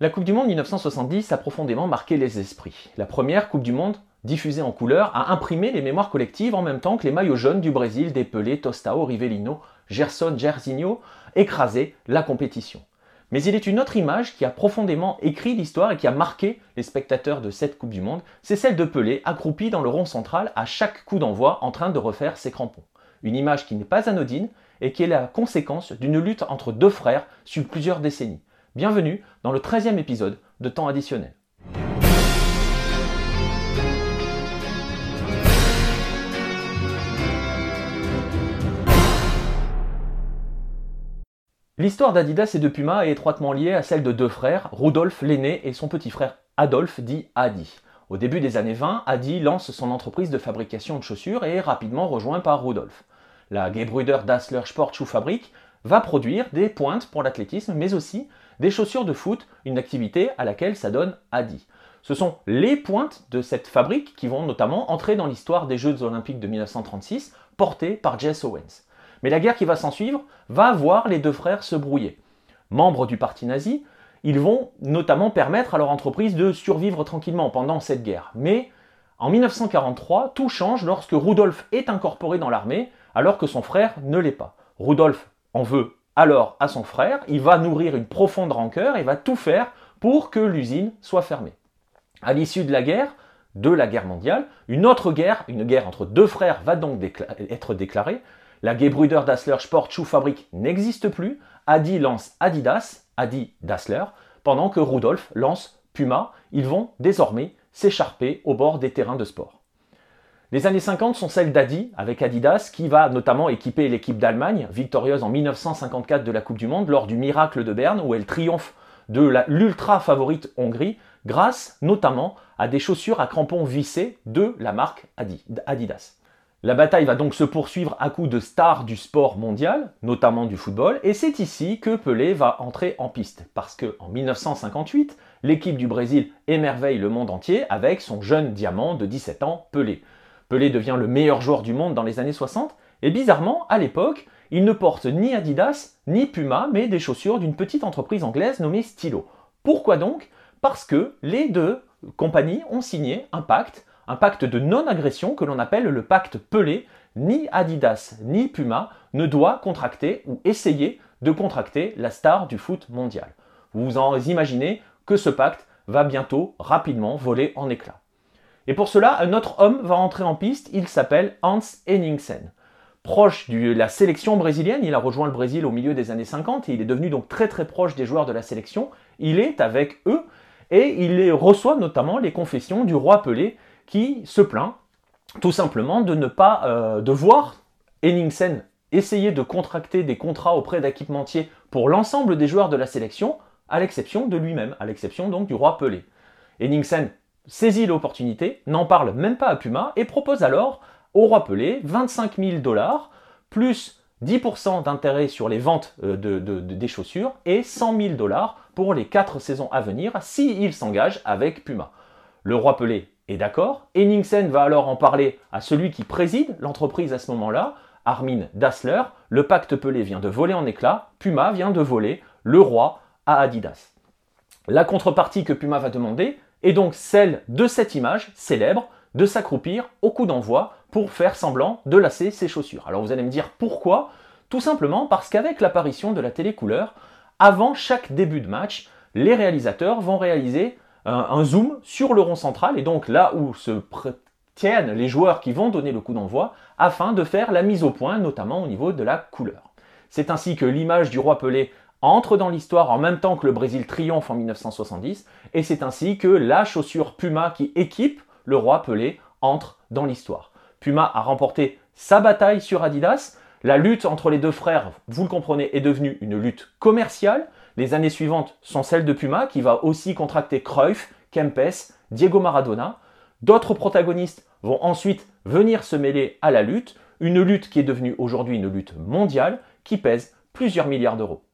La Coupe du Monde 1970 a profondément marqué les esprits. La première Coupe du Monde, diffusée en couleur, a imprimé les mémoires collectives en même temps que les maillots jaunes du Brésil des Pelé, Tostão, Rivellino, Gerson, Jairzinho écrasaient la compétition. Mais il est une autre image qui a profondément écrit l'histoire et qui a marqué les spectateurs de cette Coupe du Monde, c'est celle de Pelé accroupi dans le rond central à chaque coup d'envoi en train de refaire ses crampons. Une image qui n'est pas anodine et qui est la conséquence d'une lutte entre deux frères sur plusieurs décennies. Bienvenue dans le 13e épisode de Temps additionnel. L'histoire d'Adidas et de Puma est étroitement liée à celle de deux frères, Rudolf l'aîné et son petit frère Adolf dit Adi. Au début des années 20, Adi lance son entreprise de fabrication de chaussures et est rapidement rejoint par Rudolf. La Gebrüder Dassler Sportschuhfabrik va produire des pointes pour l'athlétisme, mais aussi des chaussures de foot, une activité à laquelle s'adonne Adi. Ce sont les pointes de cette fabrique qui vont notamment entrer dans l'histoire des Jeux olympiques de 1936, portées par Jesse Owens. Mais la guerre qui va s'ensuivre va voir les deux frères se brouiller. Membres du parti nazi, ils vont notamment permettre à leur entreprise de survivre tranquillement pendant cette guerre. Mais en 1943, tout change lorsque Rudolf est incorporé dans l'armée, alors que son frère ne l'est pas. Rudolf en veut alors à son frère, il va nourrir une profonde rancœur et va tout faire pour que l'usine soit fermée. À l'issue de la guerre mondiale, une autre guerre, une guerre entre deux frères va donc être déclarée. La Gebrüder Dassler Sportschuhfabrik n'existe plus, Adi lance Adidas, Adi Dassler, pendant que Rudolf lance Puma. Ils vont désormais s'écharper au bord des terrains de sport. Les années 50 sont celles d'Adi, avec Adidas, qui va notamment équiper l'équipe d'Allemagne, victorieuse en 1954 de la Coupe du Monde, lors du miracle de Berne, où elle triomphe de l'ultra favorite Hongrie, grâce notamment à des chaussures à crampons vissés de la marque Adidas. La bataille va donc se poursuivre à coups de stars du sport mondial, notamment du football, et c'est ici que Pelé va entrer en piste, parce qu'en 1958, l'équipe du Brésil émerveille le monde entier avec son jeune diamant de 17 ans, Pelé. Pelé devient le meilleur joueur du monde dans les années 60, et bizarrement, à l'époque, il ne porte ni Adidas, ni Puma, mais des chaussures d'une petite entreprise anglaise nommée Stilo. Pourquoi donc? Parce que les deux compagnies ont signé un pacte de non-agression que l'on appelle le pacte Pelé. Ni Adidas ni Puma ne doit contracter ou essayer de contracter la star du foot mondial. Vous en imaginez que ce pacte va bientôt, rapidement, voler en éclats. Et pour cela, un autre homme va entrer en piste, il s'appelle Hans Henningsen. Proche de la sélection brésilienne, il a rejoint le Brésil au milieu des années 50 et il est devenu donc très proche des joueurs de la sélection. Il est avec eux et il reçoit notamment les confessions du roi Pelé qui se plaint tout simplement de ne pas de voir Henningsen essayer de contracter des contrats auprès d'équipementiers pour l'ensemble des joueurs de la sélection, à l'exception de lui-même, à l'exception donc du roi Pelé. Henningsen saisit l'opportunité, n'en parle même pas à Puma et propose alors au roi Pelé 25 000 $ plus 10% d'intérêt sur les ventes des chaussures et 100 000 $ pour les 4 saisons à venir s'il s'engage avec Puma. Le roi Pelé est d'accord, Henningsen va alors en parler à celui qui préside l'entreprise à ce moment-là, Armin Dassler. Le pacte Pelé vient de voler en éclats, Puma vient de voler le roi à Adidas. La contrepartie que Puma va demander est donc celle de cette image célèbre de s'accroupir au coup d'envoi pour faire semblant de lasser ses chaussures. Alors vous allez me dire pourquoi? Tout simplement parce qu'avec l'apparition de la télécouleur, avant chaque début de match, les réalisateurs vont réaliser un zoom sur le rond central et donc là où se tiennent les joueurs qui vont donner le coup d'envoi afin de faire la mise au point, notamment au niveau de la couleur. C'est ainsi que l'image du roi Pelé entre dans l'histoire en même temps que le Brésil triomphe en 1970 et c'est ainsi que la chaussure Puma qui équipe le roi Pelé entre dans l'histoire. Puma a remporté sa bataille sur Adidas. La lutte entre les deux frères, vous le comprenez, est devenue une lutte commerciale. Les années suivantes sont celles de Puma qui va aussi contracter Cruyff, Kempes, Diego Maradona. D'autres protagonistes vont ensuite venir se mêler à la lutte, une lutte qui est devenue aujourd'hui une lutte mondiale qui pèse plusieurs milliards d'euros.